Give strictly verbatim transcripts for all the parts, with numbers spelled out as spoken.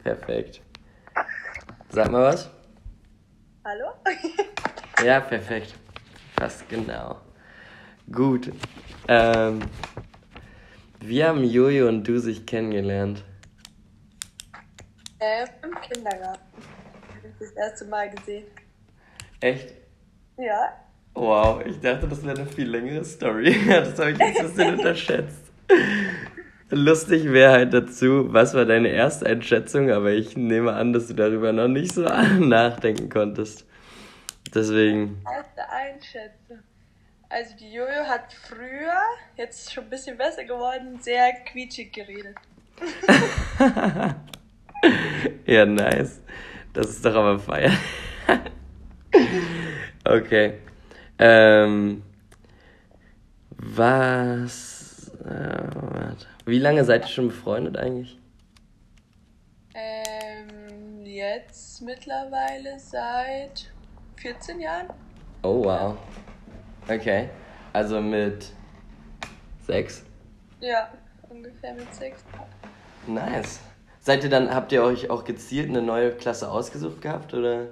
Perfekt. Sag mal was. Hallo? Ja, perfekt. Fast genau. Gut. Ähm, wie haben Jojo und du sich kennengelernt? Ähm, im Kindergarten. Hab ich das erste Mal gesehen. Echt? Ja. Wow, ich dachte, das wäre eine viel längere Story. Das habe ich jetzt ein bisschen unterschätzt. Lustig wäre halt dazu, was war deine erste Einschätzung, aber ich nehme an, dass du darüber noch nicht so nachdenken konntest. Deswegen. Erste Einschätzung. Also die Jojo hat früher, jetzt schon ein bisschen besser geworden, sehr quietschig geredet. Ja, nice. Das ist doch aber feier. Okay. Ähm, was... Äh, warte. Wie lange seid ihr schon befreundet eigentlich? Ähm, jetzt mittlerweile seit vierzehn Jahren. Oh, wow. Okay. Also mit sechs? Ja, ungefähr mit sechs. Nice. Seid ihr dann, habt ihr euch auch gezielt eine neue Klasse ausgesucht gehabt, oder?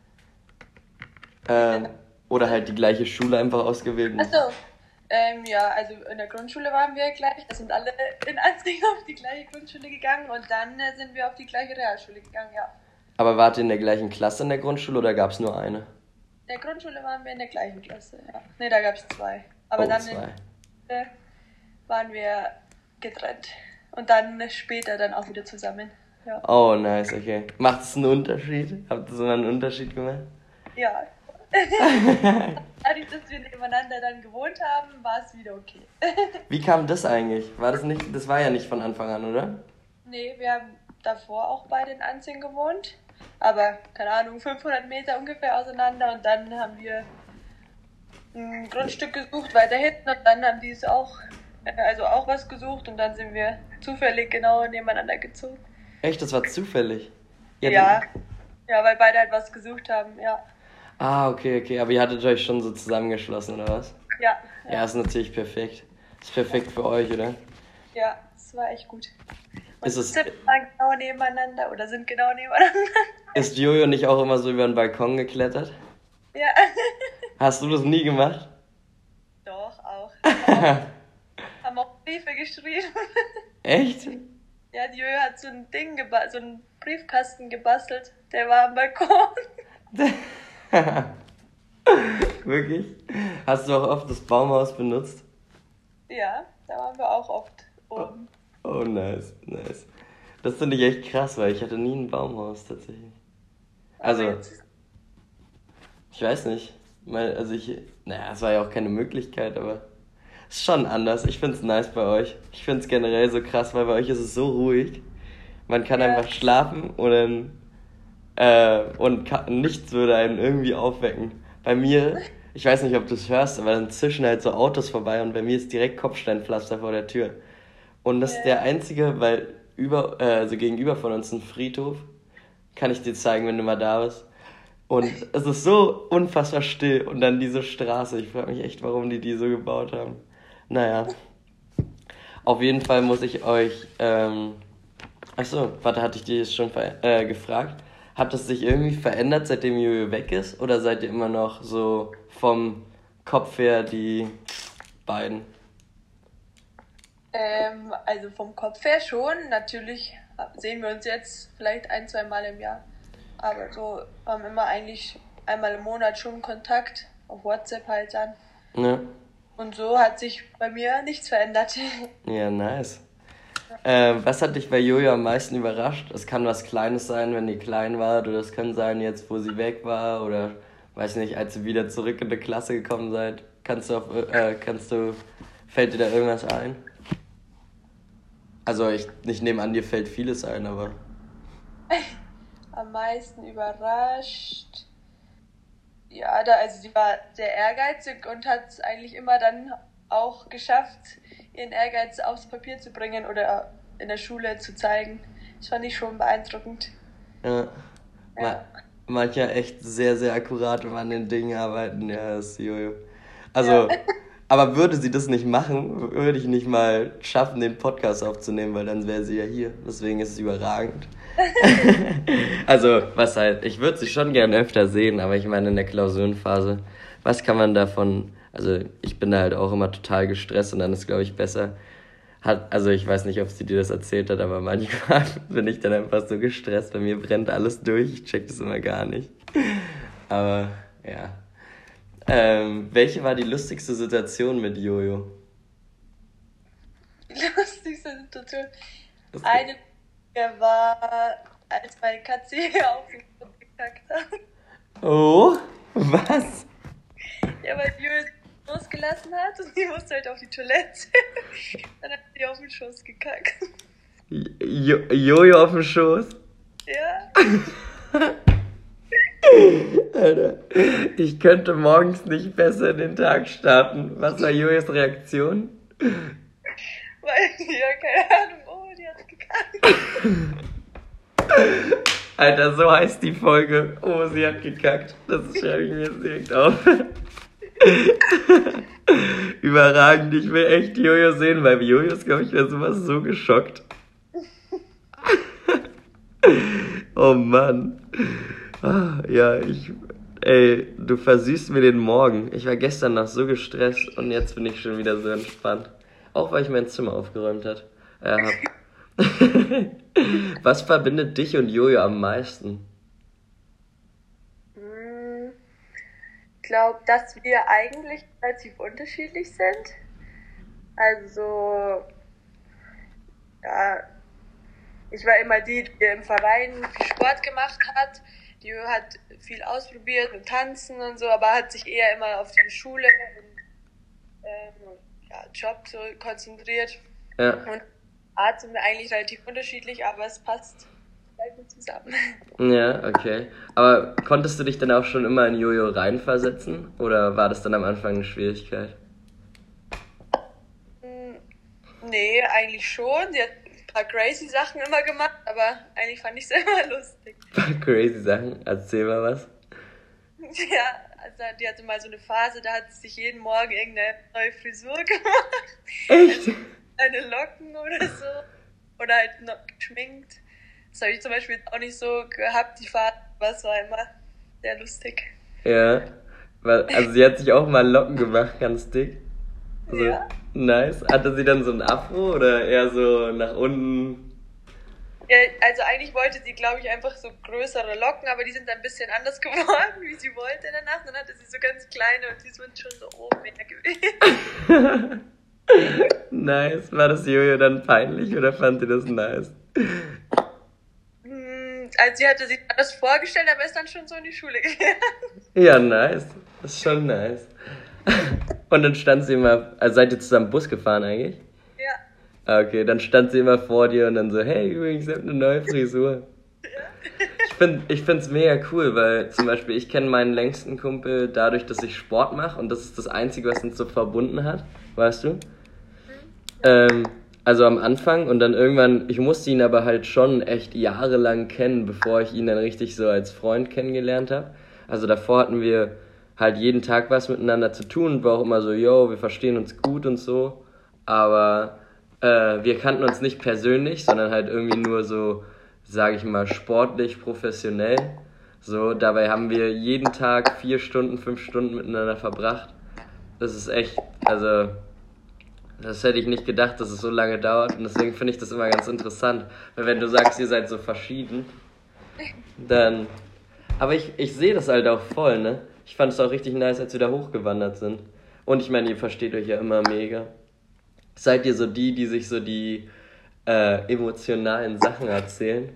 Ähm, oder halt die gleiche Schule einfach ausgewählt? Achso, ähm, ja, also in der Grundschule waren wir gleich, da sind alle in Ansing auf die gleiche Grundschule gegangen und dann äh, sind wir auf die gleiche Realschule gegangen, ja. Aber wart ihr in der gleichen Klasse in der Grundschule oder gab es nur eine? In der Grundschule waren wir in der gleichen Klasse, ja. Ne, da gab es zwei. Aber Oh, dann zwei. in der Schule waren wir getrennt. Und dann später dann auch wieder zusammen. Ja. Oh, nice, okay. Macht es einen Unterschied? Habt ihr so einen Unterschied gemacht? Ja. Dadurch, dass wir nebeneinander dann gewohnt haben, war es wieder okay. Wie kam das eigentlich? War das nicht, das war ja nicht von Anfang an, oder? Nee, wir haben davor auch beide in Anzing gewohnt. Aber, keine Ahnung, fünfhundert Meter ungefähr auseinander. Und dann haben wir ein Grundstück gesucht weiter hinten. Und dann haben die es auch, also auch was gesucht. Und dann sind wir zufällig genau nebeneinander gezogen. Echt, das war zufällig? Ja, ja, ja, weil beide halt was gesucht haben, ja. Ah, okay, okay. Aber ihr hattet euch schon so zusammengeschlossen, oder was? Ja. Ja, ja, ist natürlich perfekt. Ist perfekt für euch, oder? Ja, das war echt gut. Und ist es, sind genau nebeneinander oder sind genau nebeneinander. Ist Jojo nicht auch immer so über den Balkon geklettert? Ja. Hast du das nie gemacht? Doch, auch. Haben auch, haben auch Briefe geschrieben. Echt? Ja, die Jojo hat so ein Ding gebastelt, so einen Briefkasten gebastelt. Der war am Balkon. Wirklich? Hast du auch oft das Baumhaus benutzt? Ja, da waren wir auch oft oben. Oh, oh nice, nice. Das finde ich echt krass, weil ich hatte nie ein Baumhaus tatsächlich. Also, ich weiß nicht. Also ich, naja, es war ja auch keine Möglichkeit, aber es ist schon anders. Ich finde es nice bei euch. Ich finde es generell so krass, weil bei euch ist es so ruhig. Man kann ja. einfach schlafen und dann Äh, und kann, nichts würde einen irgendwie aufwecken. Bei mir, ich weiß nicht, ob du es hörst, aber dann zischen halt so Autos vorbei und bei mir ist direkt Kopfsteinpflaster vor der Tür. Und das ist der einzige, weil über, äh, also gegenüber von uns ein Friedhof, kann ich dir zeigen, wenn du mal da bist. Und es ist so unfassbar still und dann diese Straße. Ich frage mich echt, warum die die so gebaut haben. Naja. Auf jeden Fall muss ich euch, ähm, achso, warte, hatte ich dir jetzt schon äh, gefragt? Hat es sich irgendwie verändert, seitdem Jojo weg ist? Oder seid ihr immer noch so vom Kopf her die beiden? Ähm, also vom Kopf her schon. Natürlich sehen wir uns jetzt vielleicht ein, zwei Mal im Jahr. Aber so haben immer eigentlich einmal im Monat schon Kontakt. Auf WhatsApp halt dann. Ja. Und so hat sich bei mir nichts verändert. Ja, nice. Äh, was hat dich bei Jojo am meisten überrascht? Es kann was Kleines sein, wenn ihr klein wart, oder es kann sein, jetzt wo sie weg war, oder weiß nicht, als ihr wieder zurück in die Klasse gekommen seid. Kannst du, auf, äh, kannst du, fällt dir da irgendwas ein? Also ich, ich nehme an, dir fällt vieles ein, aber... Am meisten überrascht... Ja, da, also sie war sehr ehrgeizig und hat es eigentlich immer dann auch geschafft, ihren Ehrgeiz aufs Papier zu bringen oder in der Schule zu zeigen. Das fand ich schon beeindruckend. Ja. ja. Manche echt sehr, sehr akkurat an den Dingen arbeiten, ja, das ist Jojo. Also, ja. Aber würde sie das nicht machen, würde ich nicht mal schaffen, den Podcast aufzunehmen, weil dann wäre sie ja hier. Deswegen ist es überragend. Also, was halt, ich würde sie schon gerne öfter sehen, aber ich meine in der Klausurenphase, was kann man davon, also ich bin da halt auch immer total gestresst und dann ist, glaube ich, besser, hat, also ich weiß nicht, ob sie dir das erzählt hat, aber manchmal bin ich dann einfach so gestresst, bei mir brennt alles durch, ich check das immer gar nicht. Aber, ja. Ähm, welche war die lustigste Situation mit Jojo? Die lustigste Situation? Eine war, als meine Katze auf den Boden gekackt hat. Oh, was? Ja, weil Jojo losgelassen hat und sie musste halt auf die Toilette. Dann hat sie auf den Schoß gekackt. Jo- Jojo auf dem Schoß? Ja. Alter, ich könnte morgens nicht besser den Tag starten. Was war Jojos Reaktion? Weil, ja, keine Ahnung, oh, die hat gekackt. Alter, so heißt die Folge. Oh, sie hat gekackt. Das schreibe ich mir jetzt direkt auf. Überragend, ich will echt Jojo sehen, weil Jojo ist, glaube ich, wäre sowas so geschockt. Oh Mann. Ah, ja, ich, ey, du versüßt mir den Morgen. Ich war gestern noch so gestresst und jetzt bin ich schon wieder so entspannt. Auch weil ich mein Zimmer aufgeräumt hat, äh, hab. Was verbindet dich und Jojo am meisten? Ich glaube, dass wir eigentlich relativ unterschiedlich sind. Also, ja, ich war immer die, die im Verein viel Sport gemacht hat. Die hat viel ausprobiert mit Tanzen und so, aber hat sich eher immer auf die Schule und ähm, ja, Job so konzentriert. Ja. Und Art sind wir eigentlich relativ unterschiedlich, aber es passt sehr gut zusammen. Ja, okay. Aber konntest du dich dann auch schon immer in Jojo reinversetzen? Oder war das dann am Anfang eine Schwierigkeit? Nee, eigentlich schon. Sie hat ein paar crazy Sachen immer gemacht, aber eigentlich fand ich es immer lustig. Ein paar crazy Sachen? Erzähl mal was. Ja, also die hatte mal so eine Phase, da hat sie sich jeden Morgen irgendeine neue Frisur gemacht. Echt? Also eine Locken oder so. Oder halt noch geschminkt. Das habe ich zum Beispiel auch nicht so gehabt, die Phase, aber es war immer sehr lustig. Ja. Also sie hat sich auch mal Locken gemacht, ganz dick. Also, ja. Nice. Hatte sie dann so ein Afro oder eher so nach unten? Ja, also eigentlich wollte sie, glaube ich, einfach so größere Locken, aber die sind dann ein bisschen anders geworden, wie sie wollte in der Nacht. Dann hatte sie so ganz kleine und die sind schon so oben mehr gewesen. Nice. War das Jojo dann peinlich oder fand sie das nice? Also sie hatte sich das vorgestellt, aber ist dann schon so in die Schule gegangen. Ja, nice. Das ist schon nice. Und dann stand sie immer, also seid ihr zusammen Bus gefahren eigentlich? Ja. Okay, dann stand sie immer vor dir und dann so, hey, übrigens, ich hab eine neue Frisur. Ja. Ich find, ich find's mega cool, weil zum Beispiel ich kenne meinen längsten Kumpel dadurch, dass ich Sport mache und das ist das Einzige, was uns so verbunden hat, weißt du? Mhm. Ähm, also am Anfang und dann irgendwann, ich musste ihn aber halt schon echt jahrelang kennen, bevor ich ihn dann richtig so als Freund kennengelernt habe. Also davor hatten wir halt jeden Tag was miteinander zu tun und war auch immer so, yo, wir verstehen uns gut und so, aber äh, wir kannten uns nicht persönlich, sondern halt irgendwie nur so, sage ich mal, sportlich, professionell. So, dabei haben wir jeden Tag vier Stunden, fünf Stunden miteinander verbracht. Das ist echt, also, das hätte ich nicht gedacht, dass es so lange dauert und deswegen finde ich das immer ganz interessant, weil wenn du sagst, ihr seid so verschieden, dann, aber ich, ich sehe das halt auch voll, ne? Ich fand es auch richtig nice, als wir da hochgewandert sind. Und ich meine, ihr versteht euch ja immer mega. Seid ihr so die, die sich so die äh, emotionalen Sachen erzählen?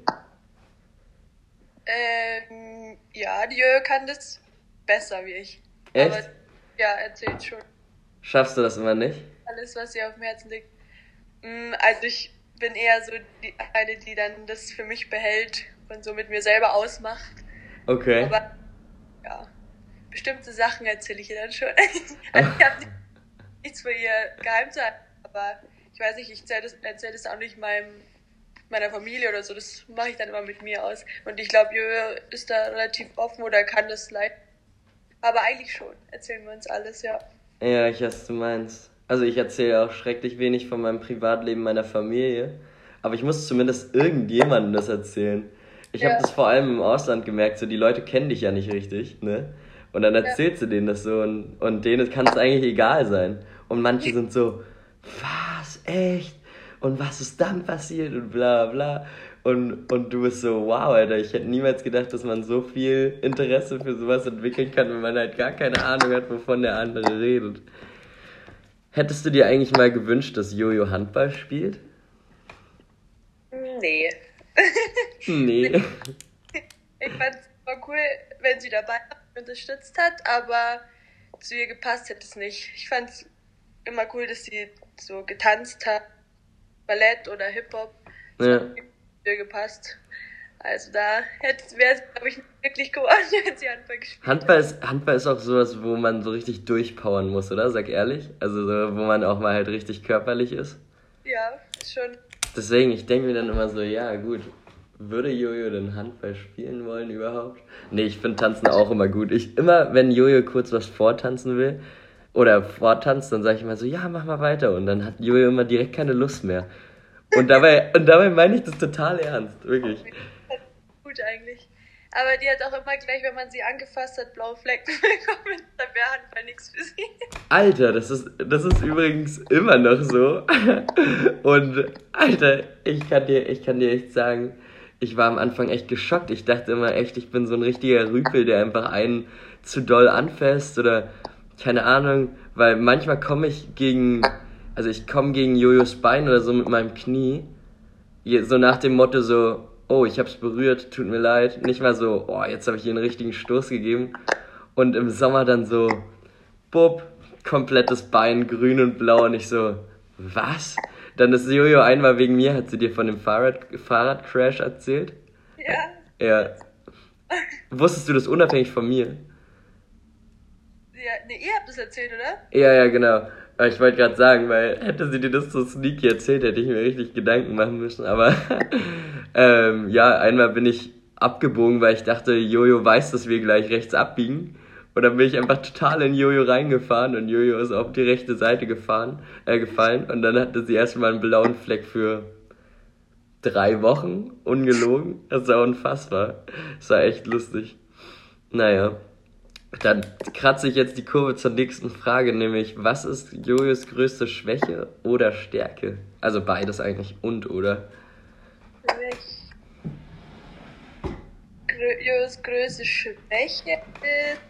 Ähm, ja, die Jojo kann das besser wie ich. Echt? Aber ja, erzählt schon. Schaffst du das immer nicht? Alles, was ihr auf dem Herzen liegt. Also ich bin eher so die eine, die dann das für mich behält und so mit mir selber ausmacht. Okay. Aber ja, bestimmte Sachen erzähle ich ihr dann schon. Also ich habe nichts für ihr geheim zu halten, aber ich weiß nicht, ich erzähle das, erzähl das auch nicht meinem, meiner Familie oder so, das mache ich dann immer mit mir aus. Und ich glaube, Jojo ist da relativ offen oder kann das leiden. Aber eigentlich schon, erzählen wir uns alles, ja. Ja, ich weiß, was du meinst. Also ich erzähle auch schrecklich wenig von meinem Privatleben meiner Familie, aber ich muss zumindest irgendjemandem das erzählen. Ich habe Ja, das vor allem im Ausland gemerkt, so die Leute kennen dich ja nicht richtig, ne? Und dann ja. erzählst du denen das so und, und denen kann es eigentlich egal sein. Und manche sind so, was, echt? Und was ist dann passiert? Und bla bla. Und, und du bist so, wow, Alter, ich hätte niemals gedacht, dass man so viel Interesse für sowas entwickeln kann, wenn man halt gar keine Ahnung hat, wovon der andere redet. Hättest du dir eigentlich mal gewünscht, dass Jojo Handball spielt? Nee. Nee. Ich fand es immer cool, wenn sie dabei war und unterstützt hat, aber zu ihr gepasst hätte es nicht. Ich fand es immer cool, dass sie so getanzt hat, Ballett oder Hip-Hop. Das Ja. hat zu ihr gepasst. Also da wäre es, glaube ich, nicht wirklich geworden, wenn sie Handball gespielt Handball hätte. ist, Handball ist auch sowas, wo man so richtig durchpowern muss, oder? Sag ehrlich. Also so, wo man auch mal halt richtig körperlich ist. Ja, schon. Deswegen, ich denke mir dann immer so, ja gut, würde Jojo denn Handball spielen wollen überhaupt? Nee, ich finde Tanzen auch immer gut. Ich immer, wenn Jojo kurz was vortanzen will oder vortanzt, dann sage ich immer so, ja, mach mal weiter. Und dann hat Jojo immer direkt keine Lust mehr. Und dabei, und dabei meine ich das total ernst, wirklich. Gut eigentlich. Aber die hat auch immer gleich, wenn man sie angefasst hat, blaue Flecken bekommen. Da wäre Handball nichts für sie. Alter, das ist, das ist übrigens immer noch so. Und Alter, ich kann dir, ich kann dir echt sagen, ich war am Anfang echt geschockt. Ich dachte immer echt, ich bin so ein richtiger Rüpel, der einfach einen zu doll anfasst oder keine Ahnung, weil manchmal komme ich gegen, also ich komme gegen Jojos Bein oder so mit meinem Knie, je- so nach dem Motto so, oh, ich hab's berührt, tut mir leid. Nicht mal so, oh, jetzt habe ich ihr einen richtigen Stoß gegeben. Und im Sommer dann so, bupp, komplettes Bein grün und blau und ich so, was? Dann ist Jojo einmal wegen mir, hat sie dir von dem Fahrrad, Fahrradcrash erzählt? Ja. Ja. Wusstest du das unabhängig von mir? Ja, nee, ihr habt es erzählt, oder? Ja, ja, genau. Aber ich wollte gerade sagen, weil hätte sie dir das so sneaky erzählt, hätte ich mir richtig Gedanken machen müssen. Aber ähm, ja, einmal bin ich abgebogen, weil ich dachte, Jojo weiß, dass wir gleich rechts abbiegen. Und dann bin ich einfach total in Jojo reingefahren und Jojo ist auf die rechte Seite gefahren, äh, gefallen. Und dann hatte sie erstmal einen blauen Fleck für drei Wochen, ungelogen. Das war unfassbar. Das war echt lustig. Naja. Dann kratze ich jetzt die Kurve zur nächsten Frage, nämlich, was ist Jojos größte Schwäche oder Stärke? Also beides eigentlich und, oder? Für mich grö Jos größte Schwäche ist,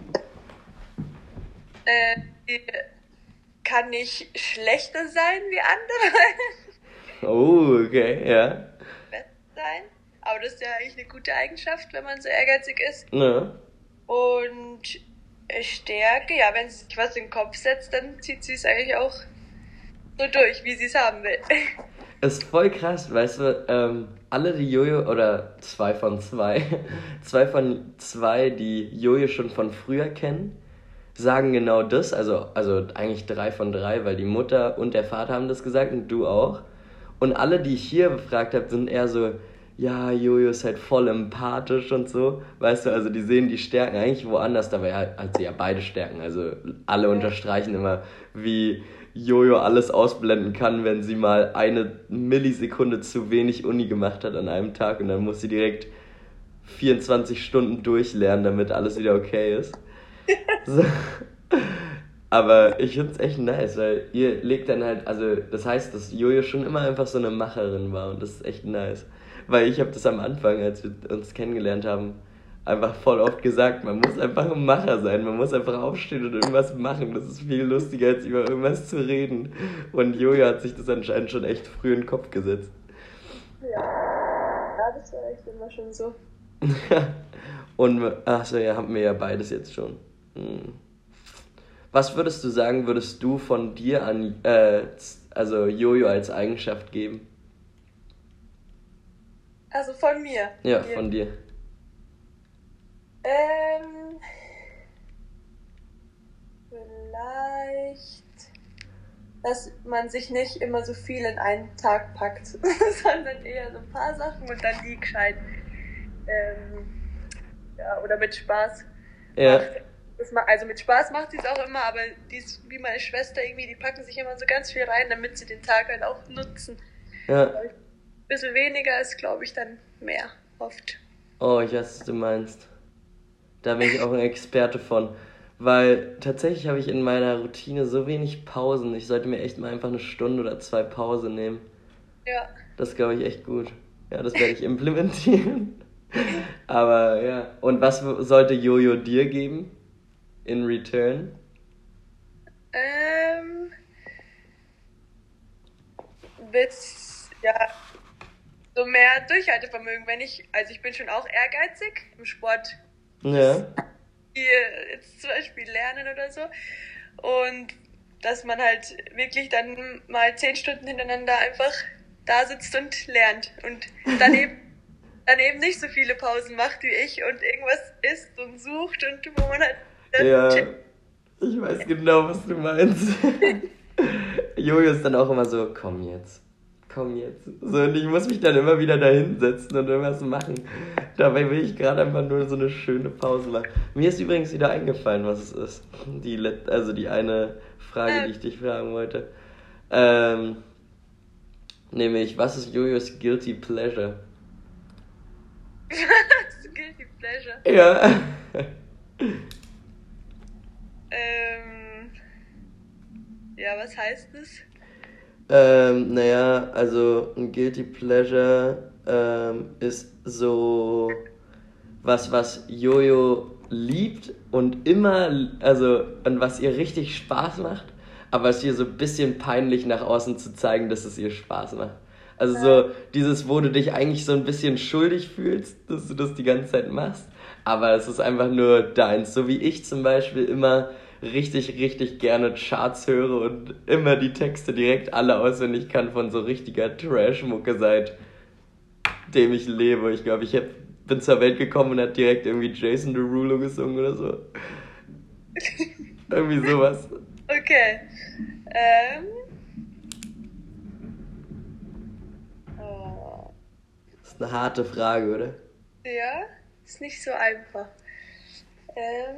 äh, die kann nicht schlechter sein wie andere, Oh, okay, ja. besser sein. Aber das ist ja eigentlich eine gute Eigenschaft, wenn man so ehrgeizig ist. Ja. Und Stärke, ja, wenn sie sich was in den Kopf setzt, dann zieht sie es eigentlich auch so durch, wie sie es haben will. Ist voll krass, weißt du, ähm, alle die Jojo, oder zwei von zwei, zwei von zwei, die Jojo schon von früher kennen, sagen genau das, also, also eigentlich drei von drei, weil die Mutter und der Vater haben das gesagt und du auch. Und alle, die ich hier befragt habe, sind eher so, ja, Jojo ist halt voll empathisch und so, weißt du, also die sehen die Stärken eigentlich woanders, dabei hat, hat sie ja beide Stärken, also alle unterstreichen immer, wie Jojo alles ausblenden kann, wenn sie mal eine Millisekunde zu wenig Uni gemacht hat an einem Tag und dann muss sie direkt vierundzwanzig Stunden durchlernen, damit alles wieder okay ist. So. Aber ich find's echt nice, weil ihr legt dann halt, also das heißt, dass Jojo schon immer einfach so eine Macherin war und das ist echt nice. Weil ich habe das am Anfang, als wir uns kennengelernt haben, einfach voll oft gesagt, man muss einfach ein Macher sein, man muss einfach aufstehen und irgendwas machen. Das ist viel lustiger, als über irgendwas zu reden. Und Jojo hat sich das anscheinend schon echt früh in den Kopf gesetzt. Ja, ja, das war echt immer schon so. Und, achso, ja, haben wir ja beides jetzt schon. Hm. Was würdest du sagen, würdest du von dir an, äh, also Jojo als Eigenschaft geben? Also von mir. Ja, Dir. von dir. Ähm, vielleicht, dass man sich nicht immer so viel in einen Tag packt, sondern eher so ein paar Sachen und dann die gescheit, ähm, ja, oder mit Spaß Ja. macht. Das ma- also mit Spaß macht sie es auch immer, aber die ist wie meine Schwester irgendwie, die packen sich immer so ganz viel rein, damit sie den Tag halt auch nutzen. Ja. Ein bisschen weniger ist, glaube ich, dann mehr, oft. Oh, ich weiß, was du meinst. Da bin ich auch ein Experte von. Weil tatsächlich habe ich in meiner Routine so wenig Pausen. Ich sollte mir echt mal einfach eine Stunde oder zwei Pause nehmen. Ja. Das glaube ich echt gut. Ja, das werde ich implementieren. Aber ja. Und was sollte Jojo dir geben? In return? Ähm. Bis, ja, so mehr Durchhaltevermögen. Wenn ich, also ich bin schon auch ehrgeizig im Sport. Ja. Hier jetzt zum Beispiel lernen oder so. Und dass man halt wirklich dann mal zehn Stunden hintereinander einfach da sitzt und lernt. Und dann eben, dann eben nicht so viele Pausen macht wie ich und irgendwas isst und sucht und wo man halt. Ja, ich weiß genau, was du meinst. Jojo ist dann auch immer so, komm jetzt, komm jetzt. So, und ich muss mich dann immer wieder da hinsetzen und irgendwas machen. Dabei will ich gerade einfach nur so eine schöne Pause machen. Mir ist übrigens wieder eingefallen, was es ist. Die Let- also die eine Frage, die ich dich fragen wollte. Ähm, nämlich, was ist Jojos Guilty Pleasure? Guilty Pleasure? Ja. Ähm, ja, was heißt das? Ähm, naja, also ein Guilty Pleasure ähm, ist so was, was Jojo liebt und immer, also und was ihr richtig Spaß macht, aber es ihr so ein bisschen peinlich nach außen zu zeigen, dass es ihr Spaß macht. Also so dieses, wo du dich eigentlich so ein bisschen schuldig fühlst, dass du das die ganze Zeit machst, aber es ist einfach nur deins. So wie ich zum Beispiel immer richtig, richtig gerne Charts höre und immer die Texte direkt alle auswendig kann von so richtiger Trash-Mucke, seitdem ich lebe. Ich glaube, ich hab, bin zur Welt gekommen und hat direkt irgendwie Jason Derulo gesungen oder so. Irgendwie sowas. Okay. Ähm. Oh. Das ist eine harte Frage, oder? Ja, ist nicht so einfach. Ähm.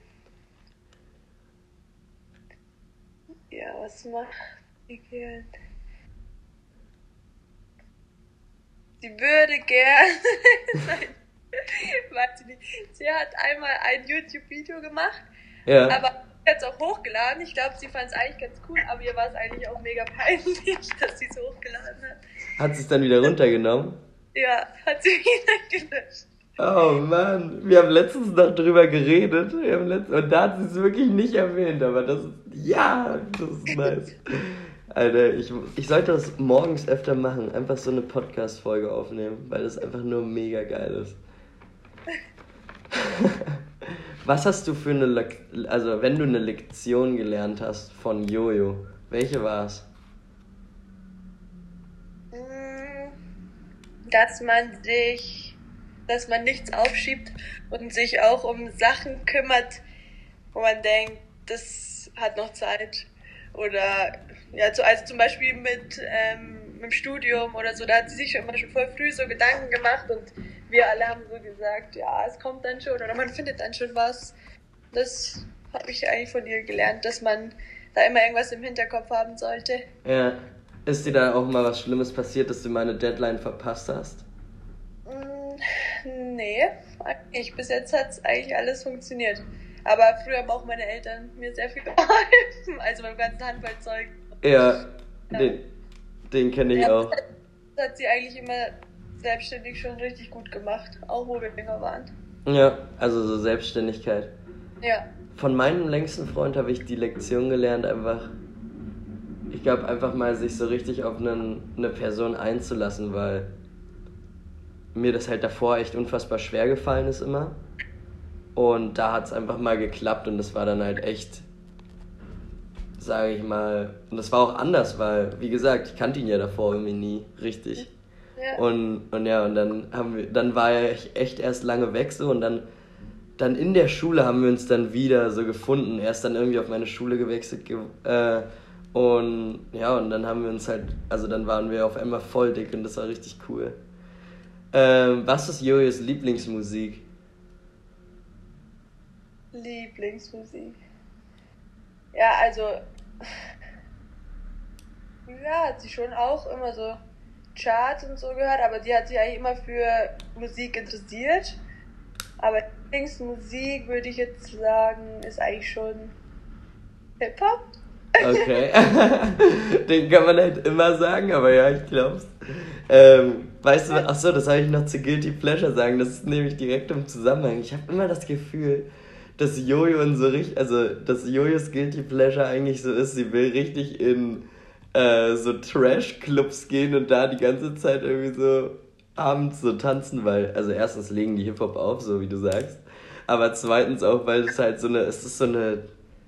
Ja, was macht sie gern? Sie würde gern. Nein, weiß ich nicht. Sie hat einmal ein YouTube-Video gemacht, Ja. aber jetzt auch hochgeladen. Ich glaube, sie fand es eigentlich ganz cool, aber ihr war es eigentlich auch mega peinlich, dass sie es hochgeladen hat. Hat sie es dann wieder runtergenommen? Ja, hat sie wieder gelöscht. Oh Mann, wir haben letztens noch drüber geredet wir haben letzt- und da hat sie es wirklich nicht erwähnt, aber das ist, ja, das ist nice. Alter, ich, ich sollte das morgens öfter machen, einfach so eine Podcast-Folge aufnehmen, weil das einfach nur mega geil ist. Was hast du für eine, Le- also wenn du eine Lektion gelernt hast von Jojo, welche war's? Mm, Dass man sich, dass man nichts aufschiebt und sich auch um Sachen kümmert, wo man denkt, das hat noch Zeit. Oder, ja, so, also zum Beispiel mit, ähm, mit dem Studium oder so, da hat sie sich schon immer schon voll früh so Gedanken gemacht und wir alle haben so gesagt, ja, es kommt dann schon oder man findet dann schon was. Das habe ich eigentlich von ihr gelernt, dass man da immer irgendwas im Hinterkopf haben sollte. Ja, ist dir da auch mal was Schlimmes passiert, dass du meine Deadline verpasst hast? Mm, Nee, eigentlich bis jetzt hat es eigentlich alles funktioniert. Aber früher haben auch meine Eltern mir sehr viel geholfen, also beim ganzen Handballzeug. Ja, Ja. den, den kenne ich Ja, auch. das hat sie eigentlich immer selbstständig schon richtig gut gemacht, auch wo wir jünger waren. Ja, also so Selbstständigkeit. Ja, Von meinem längsten Freund habe ich die Lektion gelernt, einfach, ich glaube, einfach mal sich so richtig auf einen, eine Person einzulassen, weil mir das halt davor echt unfassbar schwer gefallen ist immer. Und da hat es einfach mal geklappt und das war dann halt echt, sage ich mal, und das war auch anders, weil, wie gesagt, ich kannte ihn ja davor irgendwie nie richtig. ja. Und, und ja, und dann haben wir, dann war ich echt erst lange weg so und dann, dann in der Schule haben wir uns dann wieder so gefunden. Er ist dann irgendwie auf meine Schule gewechselt ge äh, und ja, und dann haben wir uns halt, also dann waren wir auf einmal voll dick und das war richtig cool. Ähm, was ist Jojos Lieblingsmusik? Lieblingsmusik. Ja, also. Ja, hat sie schon auch immer so Charts und so gehört, aber die hat sich eigentlich immer für Musik interessiert. Aber Lieblingsmusik würde ich jetzt sagen, ist eigentlich schon Hip-Hop. Okay. Den kann man halt immer sagen, aber ja, ich glaub's. Ähm, weißt du, achso, das habe ich noch zu Guilty Pleasure sagen, das ist nämlich direkt im Zusammenhang. Ich habe immer das Gefühl, dass Jojo in so richtig, also, dass Jojos Guilty Pleasure eigentlich so ist, sie will richtig in äh, so Trash-Clubs gehen und da die ganze Zeit irgendwie so abends so tanzen, weil, also erstens legen die Hip-Hop auf, so wie du sagst, aber zweitens auch, weil es halt so eine, es ist so eine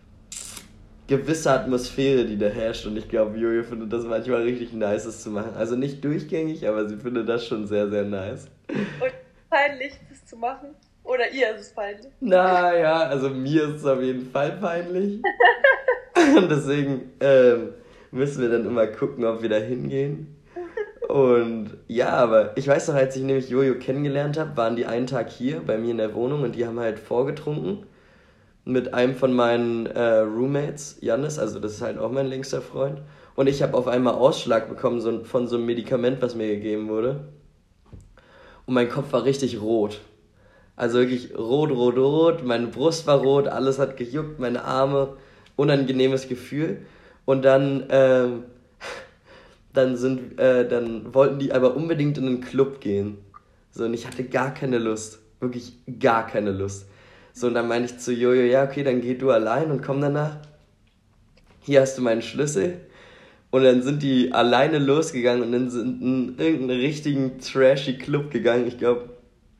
gewisse Atmosphäre, die da herrscht und ich glaube, Jojo findet das manchmal richtig nice, das zu machen. Also nicht durchgängig, aber sie findet das schon sehr, sehr nice. Und peinlich, das zu machen? Oder ihr ist es peinlich? Naja, also mir ist es auf jeden Fall peinlich. Und deswegen ähm, müssen wir dann immer gucken, ob wir da hingehen. Und ja, aber ich weiß noch, als ich nämlich Jojo kennengelernt habe, waren die einen Tag hier bei mir in der Wohnung und die haben halt vorgetrunken mit einem von meinen äh, Roommates, Jannis, also das ist halt auch mein längster Freund. Und ich habe auf einmal Ausschlag bekommen so, von so einem Medikament, was mir gegeben wurde. Und mein Kopf war richtig rot. Also wirklich rot, rot, rot. Meine Brust war rot, alles hat gejuckt, meine Arme. Unangenehmes Gefühl. Und dann, ähm, dann sind, äh, dann wollten die aber unbedingt in einen Club gehen. So, und ich hatte gar keine Lust. Wirklich gar keine Lust. So, und dann meinte ich zu Jojo, ja, okay, dann geh du allein und komm danach. Hier hast du meinen Schlüssel. Und dann sind die alleine losgegangen und dann sind in irgendeinen richtigen trashy Club gegangen. Ich glaube,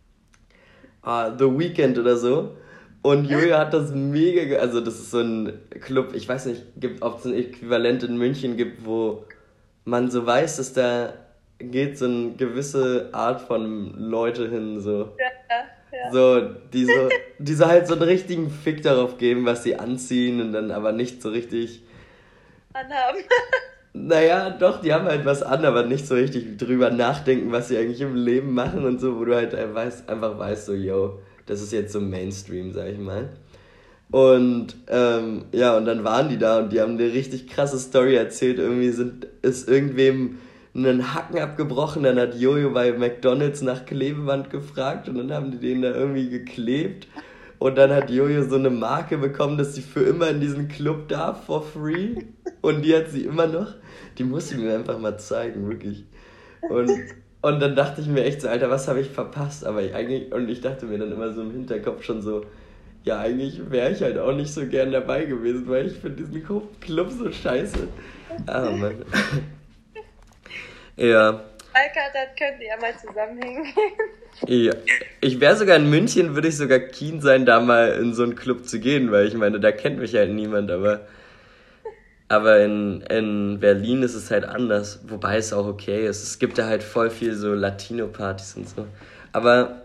ah, The Weeknd oder so. Und Jojo hat das mega, ge- also das ist so ein Club, ich weiß nicht, gibt, ob es ein Äquivalent in München gibt, wo man so weiß, dass da geht so eine gewisse Art von Leute hin, so. Ja, ja. So, die so, die so halt so einen richtigen Fick darauf geben, was sie anziehen und dann aber nicht so richtig, Anhaben. naja, doch, die haben halt was an, aber nicht so richtig drüber nachdenken, was sie eigentlich im Leben machen und so, wo du halt einfach weißt, einfach weißt so, yo, das ist jetzt so Mainstream, sag ich mal. Und ähm, ja, und dann waren die da und die haben eine richtig krasse Story erzählt. Irgendwie sind, ist irgendwem einen Hacken abgebrochen, dann hat Jojo bei McDonald's nach Klebeband gefragt und dann haben die den da irgendwie geklebt. Und dann hat Jojo so eine Marke bekommen, dass sie für immer in diesen Club darf, for free. Und die hat sie immer noch. Die muss sie mir einfach mal zeigen, wirklich. Und, und dann dachte ich mir echt so, Alter, was habe ich verpasst? Aber ich eigentlich, und ich dachte mir dann immer so im Hinterkopf schon so, ja, eigentlich wäre ich halt auch nicht so gern dabei gewesen, weil ich finde diesen Club so scheiße. Ah, Mann. Ja. Alka, das könnt ihr ja mal zusammenhängen. Ja. Ich wäre sogar in München, würde ich sogar keen sein, da mal in so einen Club zu gehen, weil ich meine, da kennt mich halt niemand, aber aber in, in Berlin ist es halt anders, wobei es auch okay ist. Es gibt da halt voll viel so Latino-Partys und so. Aber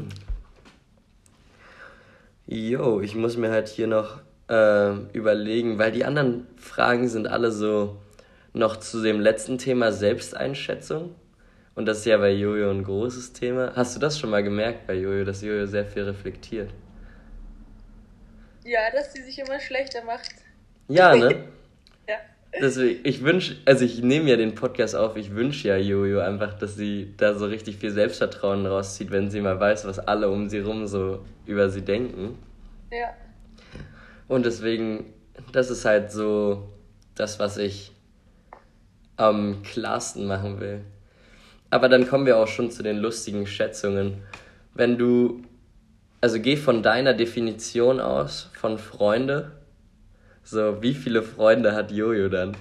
yo, ich muss mir halt hier noch äh, überlegen, weil die anderen Fragen sind alle so noch zu dem letzten Thema Selbsteinschätzung. Und das ist ja bei Jojo ein großes Thema. Hast du das schon mal gemerkt bei Jojo, dass Jojo sehr viel reflektiert? Ja, dass sie sich immer schlechter macht. Ja, ne? Ja. Deswegen, ich wünsche, also ich nehme ja den Podcast auf, ich wünsche ja Jojo einfach, dass sie da so richtig viel Selbstvertrauen rauszieht, wenn sie mal weiß, was alle um sie rum so über sie denken. Ja. Und deswegen, das ist halt so das, was ich am klarsten machen will. Aber dann kommen wir auch schon zu den lustigen Schätzungen. Wenn du, also geh von deiner Definition aus, von Freunde, so, wie viele Freunde hat Jojo dann?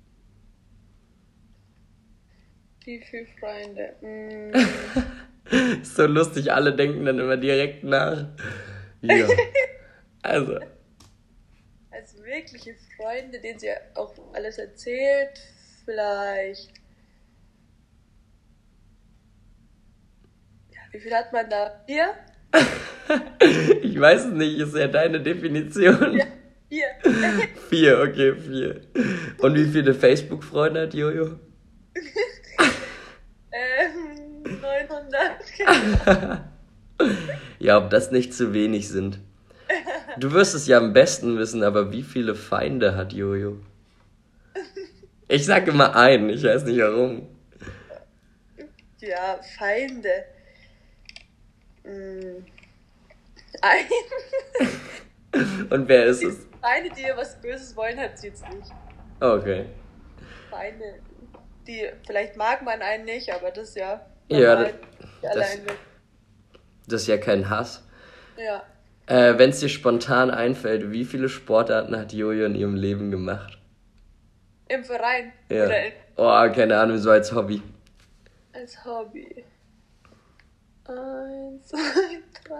Wie viele Freunde? Mm. Ist so lustig, alle denken dann immer direkt nach. Ja. Also. Also wirkliche Freunde, denen sie auch alles erzählt, vielleicht. Ja, wie viel hat man da? Vier? Ich weiß es nicht, ist ja deine Definition. Ja, vier. Vier, okay, vier. Und wie viele Facebook-Freunde hat Jojo? ähm, neunhundert. Ja, ob das nicht zu wenig sind. Du wirst es ja am besten wissen, aber wie viele Feinde hat Jojo? Ich sag immer einen, ich weiß nicht warum. Ja, Feinde. Hm. Ein. Und wer ist es? Feinde, die ihr was Böses wollen, hat sie jetzt nicht. Okay. Feinde, die, vielleicht mag man einen nicht, aber das ist ja Ja, normal. das, Allein das, das ist ja kein Hass. Ja. Äh, wenn es dir spontan einfällt, wie viele Sportarten hat Jojo in ihrem Leben gemacht? Im Verein. Ja. Oder in, Oh, keine Ahnung, so als Hobby. als Hobby. Eins, zwei, drei.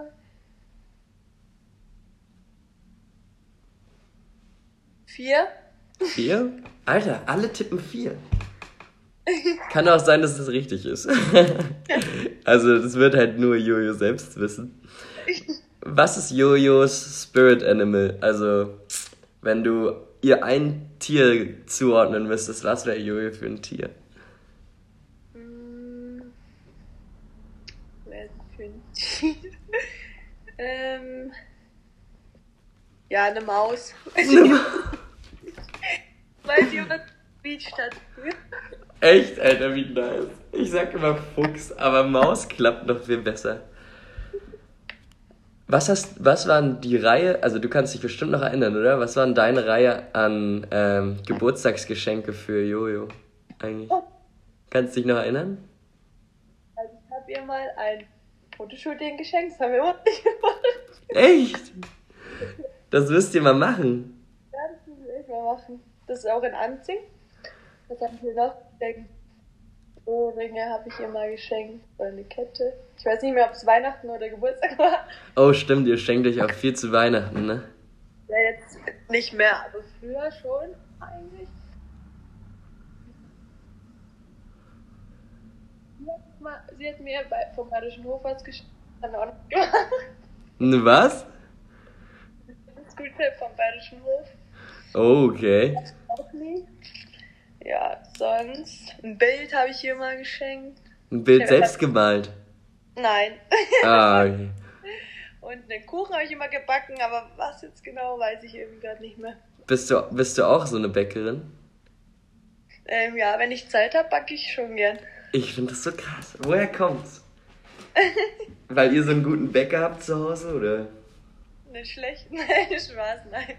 Vier? Vier? Alter, alle tippen vier. Kann auch sein, dass das richtig ist. Also, das wird halt nur Jojo selbst wissen. Was ist Jojos Spirit Animal? Also, wenn du ihr ein Tier zuordnen müsstest, was wäre Jojo für ein Tier? Hm. Wer für ein Tier? ähm. Ja, eine Maus. Weil sie über Beach hat. Echt, Alter, wie nice. Ich sag immer Fuchs, aber Maus klappt noch viel besser. Was hast, was waren die Reihe, also du kannst dich bestimmt noch erinnern, oder? Was waren deine Reihe an ähm, Geburtstagsgeschenke für Jojo eigentlich? Kannst du dich noch erinnern? Also ich habe ihr mal ein Fotoshooting geschenkt, das haben wir überhaupt nicht gemacht. Echt? Das müsst ihr mal machen. Ja, das müssen wir echt mal machen. Das ist auch in Anzing. Was haben wir noch geschenkt? Ohrringe habe ich ihr mal geschenkt. Oder eine Kette. Ich weiß nicht mehr, ob es Weihnachten oder Geburtstag war. Oh, stimmt, ihr schenkt euch auch viel zu Weihnachten, ne? Ja, jetzt nicht mehr, aber früher schon eigentlich. Sie hat, mal, sie hat mir bei, vom Badischen Hof was geschenkt. Haben wir auch noch gemacht. Ne, was? Das Gutschein vom Bayerischen Hof. Oh, okay. Auch nie. Ja, sonst. Ein Bild habe ich ihr mal geschenkt. Ein Bild selbst gemalt? Nein. Ah, okay. Und einen Kuchen habe ich immer gebacken, aber was jetzt genau, weiß ich irgendwie gerade nicht mehr. Bist du, bist du auch so eine Bäckerin? Ähm, ja, wenn ich Zeit habe, backe ich schon gern. Ich finde das so krass. Woher kommt's? Weil ihr so einen guten Bäcker habt zu Hause, oder? Nicht schlecht, nein, Spaß, nein.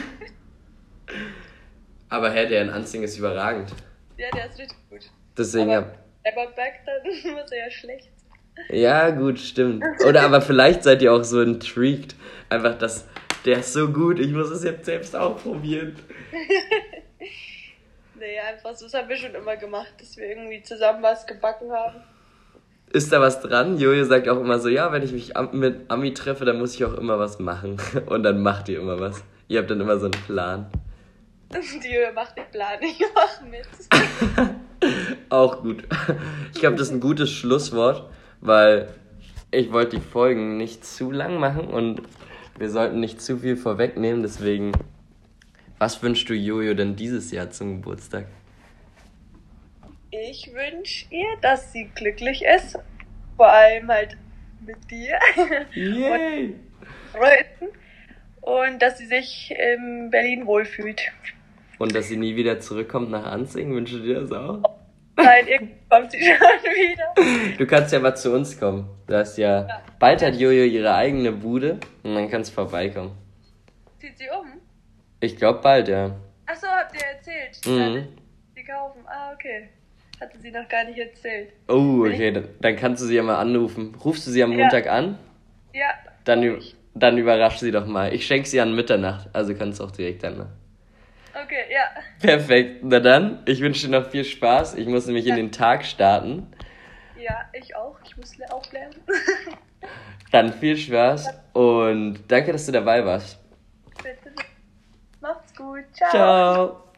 Aber Herr, der in Anzing ist überragend. Ja, der ist richtig gut. Deswegen aber hab... aber backt, dann muss er ja schlecht sein. Ja, gut, stimmt. Oder aber vielleicht seid ihr auch so intrigued. Einfach, dass der ist so gut, ich muss es jetzt selbst auch probieren. Nee, einfach so, das haben wir schon immer gemacht, dass wir irgendwie zusammen was gebacken haben. Ist da was dran? Jojo sagt auch immer so, ja, wenn ich mich am- mit Ami treffe, dann muss ich auch immer was machen. Und dann macht ihr immer was. Ihr habt dann immer so einen Plan. Die macht den Plan, ich mach mit. Auch gut. Ich glaube, das ist ein gutes Schlusswort, weil ich wollte die Folgen nicht zu lang machen und wir sollten nicht zu viel vorwegnehmen. Deswegen, was wünschst du Jojo denn dieses Jahr zum Geburtstag? Ich wünsche ihr, dass sie glücklich ist. Vor allem halt mit dir. Yay! Und Freunden. Und dass sie sich in Berlin wohlfühlt. Und dass sie nie wieder zurückkommt nach Anzing, wünsche dir das auch? Nein, irgendwann kommt sie schon wieder. Du kannst ja mal zu uns kommen. Du hast ja, ja. Bald hat Jojo ihre eigene Bude und dann kannst du vorbeikommen. Zieht sie um? Ich glaube bald, ja. Achso, habt ihr erzählt? Mhm. Sie kaufen. Ah, okay. Hatte sie noch gar nicht erzählt. Oh, okay, dann, dann kannst du sie ja mal anrufen. Rufst du sie am Montag ja. an? Ja. Dann, dann überrasch sie doch mal. Ich schenke sie an Mitternacht, also kannst du auch direkt dann. Okay, ja. Perfekt. Na dann, ich wünsche dir noch viel Spaß. Ich muss nämlich ja. in den Tag starten. Ja, ich auch. Ich muss auch lernen. Dann viel Spaß und danke, dass du dabei warst. Bitte. Macht's gut. Ciao. Ciao.